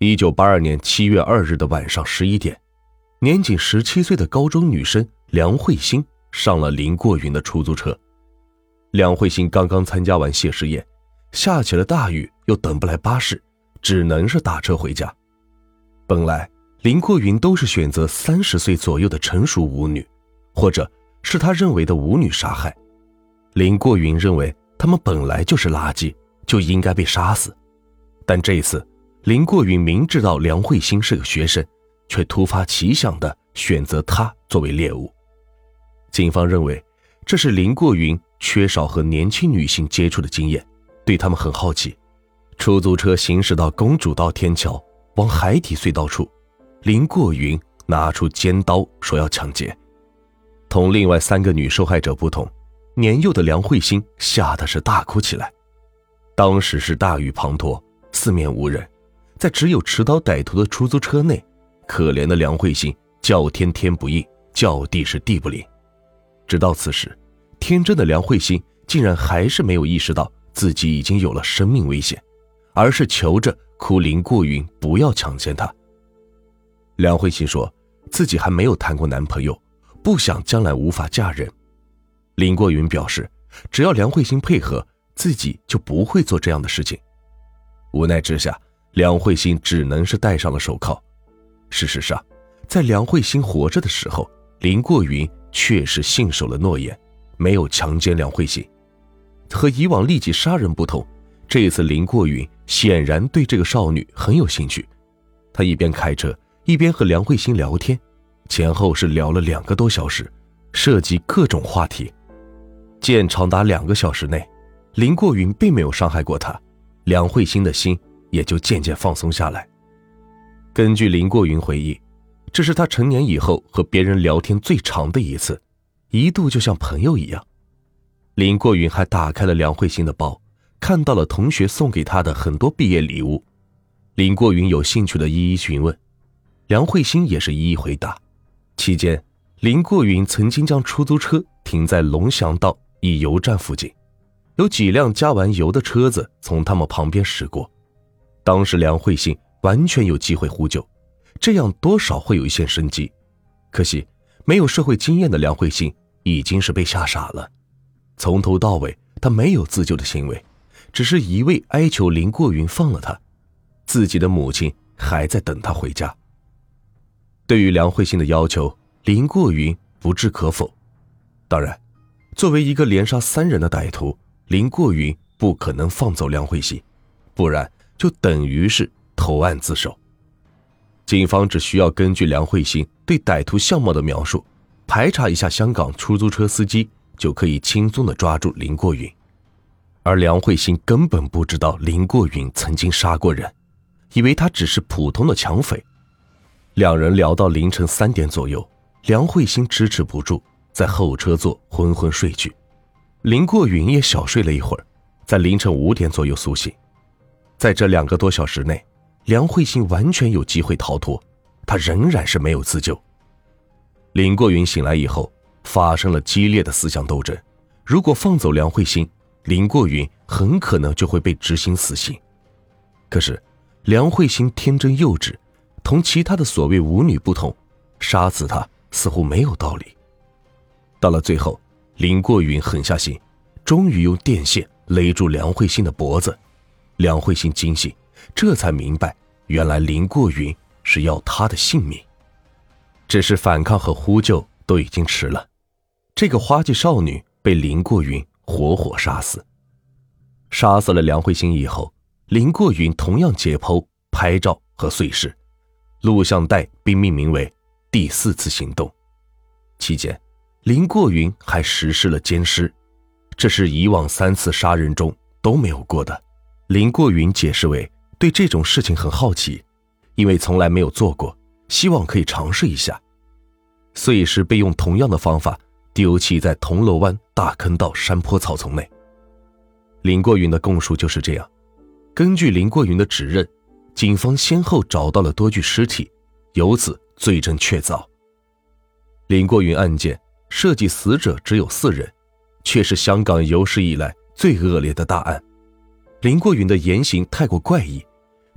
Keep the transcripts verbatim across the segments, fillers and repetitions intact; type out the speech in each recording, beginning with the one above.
一九八二年七月二日的晚上十一点，年仅十七岁的高中女生梁慧欣上了林过云的出租车。梁慧欣刚刚参加完谢师宴，下起了大雨，又等不来巴士，只能是打车回家。本来林过云都是选择三十岁左右的成熟舞女，或者是他认为的舞女杀害。林过云认为他们本来就是垃圾，就应该被杀死。但这一次林过云明知道梁慧欣是个学生，却突发奇想地选择她作为猎物。警方认为这是林过云缺少和年轻女性接触的经验，对他们很好奇。出租车行驶到公主道天桥往海底隧道处，林过云拿出尖刀说要抢劫。同另外三个女受害者不同，年幼的梁慧欣吓得是大哭起来。当时是大雨滂沱，四面无人，在只有持刀歹徒的出租车内，可怜的梁慧欣叫天天不应，叫地是地不灵。直到此时，天真的梁慧欣竟然还是没有意识到自己已经有了生命危险，而是求着哭林过云不要强奸她。梁慧欣说自己还没有谈过男朋友，不想将来无法嫁人。林过云表示只要梁慧欣配合，自己就不会做这样的事情。无奈之下，梁慧欣只能是戴上了手铐。事实上，在梁慧欣活着的时候，林过云确实信守了诺言，没有强奸梁慧欣。和以往立即杀人不同，这一次林过云显然对这个少女很有兴趣。他一边开车一边和梁慧欣聊天，前后是聊了两个多小时，涉及各种话题。见长达两个小时内，林过云并没有伤害过她，梁慧欣的心也就渐渐放松下来。根据林过云回忆，这是他成年以后和别人聊天最长的一次，一度就像朋友一样。林过云还打开了梁慧欣的包，看到了同学送给他的很多毕业礼物。林过云有兴趣的一一询问，梁慧欣也是一一回答。期间，林过云曾经将出租车停在龙翔道一油站附近，有几辆加完油的车子从他们旁边驶过。当时梁慧欣完全有机会呼救，这样多少会有一线生机。可惜没有社会经验的梁慧欣已经是被吓傻了，从头到尾她没有自救的行为，只是一味哀求林过云放了她，自己的母亲还在等她回家。对于梁慧欣的要求，林过云不置可否。当然，作为一个连杀三人的歹徒，林过云不可能放走梁慧欣，不然就等于是投案自首。警方只需要根据梁慧欣对歹徒相貌的描述，排查一下香港出租车司机，就可以轻松地抓住林过云。而梁慧欣根本不知道林过云曾经杀过人，以为他只是普通的抢匪。两人聊到凌晨三点左右，梁慧欣支持不住，在后车座昏昏睡去。林过云也小睡了一会儿，在凌晨五点左右苏醒。在这两个多小时内，梁慧欣完全有机会逃脱，她仍然是没有自救。林过云醒来以后，发生了激烈的思想斗争。如果放走梁慧欣，林过云很可能就会被执行死刑。可是梁慧欣天真幼稚，同其他的所谓舞女不同，杀死她似乎没有道理。到了最后，林过云狠下心，终于用电线勒住梁慧欣的脖子。梁慧欣惊醒，这才明白原来林过云是要她的性命。只是反抗和呼救都已经迟了，这个花季少女被林过云活活杀死。杀死了梁慧欣以后，林过云同样解剖、拍照和碎尸，录像带并命名为第四次行动。期间，林过云还实施了奸尸，这是以往三次杀人中都没有过的。林过云解释为对这种事情很好奇，因为从来没有做过，希望可以尝试一下。碎尸被用同样的方法丢弃在铜锣湾大坑道山坡草丛内。林过云的供述就是这样。根据林过云的指认，警方先后找到了多具尸体，由此罪证确凿。林过云案件涉及死者只有四人，却是香港有史以来最恶劣的大案。林过云的言行太过怪异，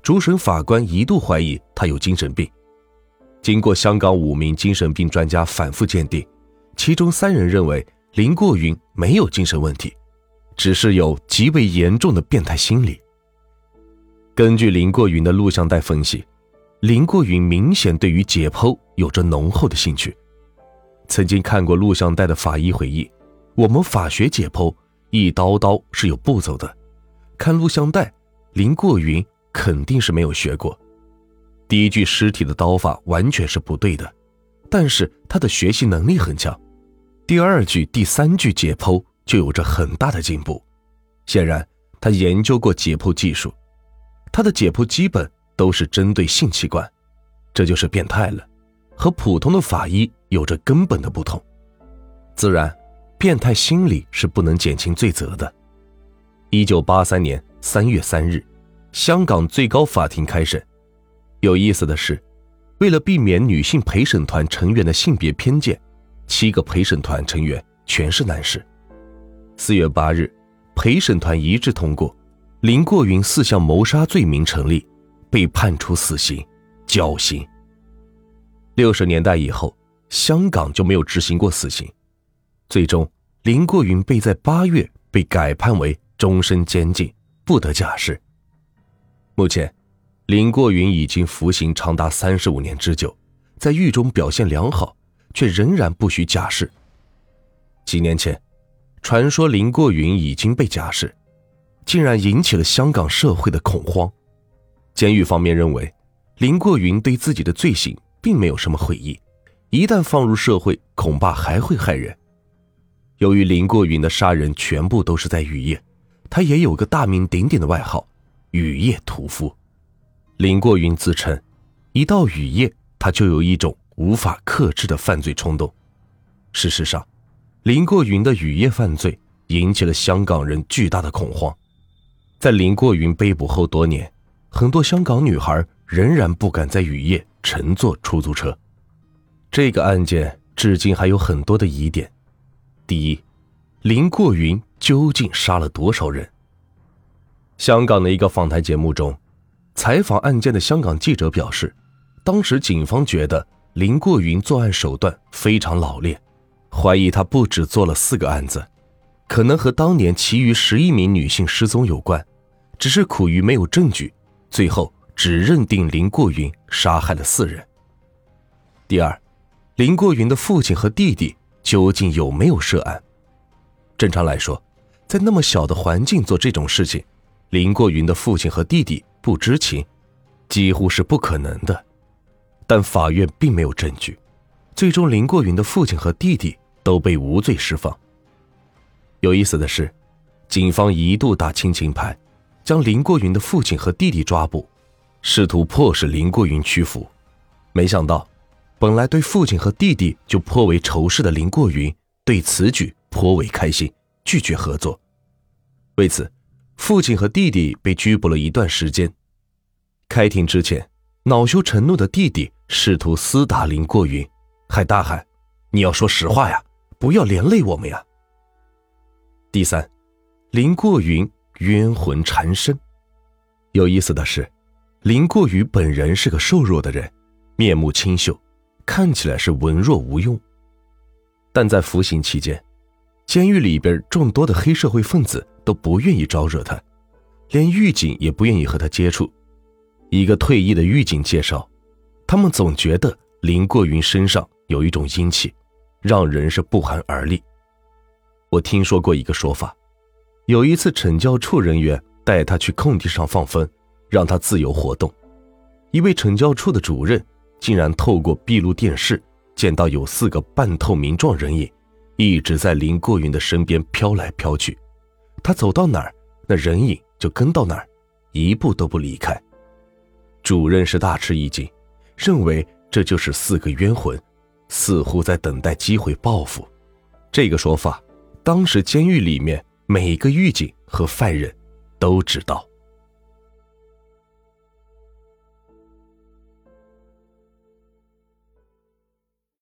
主审法官一度怀疑他有精神病。经过香港五名精神病专家反复鉴定，其中三人认为林过云没有精神问题，只是有极为严重的变态心理。根据林过云的录像带分析，林过云明显对于解剖有着浓厚的兴趣。曾经看过录像带的法医回忆，我们法学解剖一刀刀是有步骤的，看录像带，林过云肯定是没有学过。第一具尸体的刀法完全是不对的，但是他的学习能力很强。第二具、第三具解剖就有着很大的进步，显然他研究过解剖技术。他的解剖基本都是针对性器官，这就是变态了，和普通的法医有着根本的不同。自然，变态心理是不能减轻罪责的。一九八三年三月三日，香港最高法庭开审。有意思的是，为了避免女性陪审团成员的性别偏见，七个陪审团成员全是男士。四月八日，陪审团一致通过，林过云四项谋杀罪名成立，被判处死刑，绞刑。六十年代以后，香港就没有执行过死刑。最终，林过云被在八月被改判为终身监禁，不得假释。目前，林过云已经服刑长达三十五年之久，在狱中表现良好，却仍然不许假释。几年前，传说林过云已经被假释，竟然引起了香港社会的恐慌。监狱方面认为，林过云对自己的罪行并没有什么悔意，一旦放入社会，恐怕还会害人。由于林过云的杀人全部都是在雨夜，他也有个大名鼎鼎的外号——雨夜屠夫。林过云自称，一到雨夜，他就有一种无法克制的犯罪冲动。事实上，林过云的雨夜犯罪引起了香港人巨大的恐慌。在林过云被捕后多年，很多香港女孩仍然不敢在雨夜乘坐出租车。这个案件至今还有很多的疑点。第一，林过云究竟杀了多少人？香港的一个访谈节目中，采访案件的香港记者表示，当时警方觉得林过云作案手段非常老练，怀疑他不止做了四个案子，可能和当年其余十一名女性失踪有关，只是苦于没有证据，最后只认定林过云杀害了四人。第二，林过云的父亲和弟弟究竟有没有涉案？正常来说，在那么小的环境做这种事情，林过云的父亲和弟弟不知情，几乎是不可能的。但法院并没有证据，最终林过云的父亲和弟弟都被无罪释放。有意思的是，警方一度打亲情牌，将林过云的父亲和弟弟抓捕，试图迫使林过云屈服。没想到，本来对父亲和弟弟就颇为仇视的林过云对此举颇为开心，拒绝合作。为此，父亲和弟弟被拘捕了一段时间。开庭之前，恼羞成怒的弟弟试图厮打林过云，还大喊：“你要说实话呀，不要连累我们呀！”第三，林过云冤魂缠身。有意思的是，林过云本人是个瘦弱的人，面目清秀，看起来是文弱无用。但在服刑期间，监狱里边众多的黑社会分子都不愿意招惹他，连狱警也不愿意和他接触。一个退役的狱警介绍，他们总觉得林过云身上有一种阴气，让人是不寒而栗。我听说过一个说法，有一次惩教处人员带他去空地上放风，让他自由活动。一位惩教处的主任竟然透过闭路电视见到有四个半透明状人影一直在林过云的身边飘来飘去，他走到哪儿，那人影就跟到哪儿，一步都不离开。主任是大吃一惊，认为这就是四个冤魂，似乎在等待机会报复。这个说法，当时监狱里面每个狱警和犯人都知道。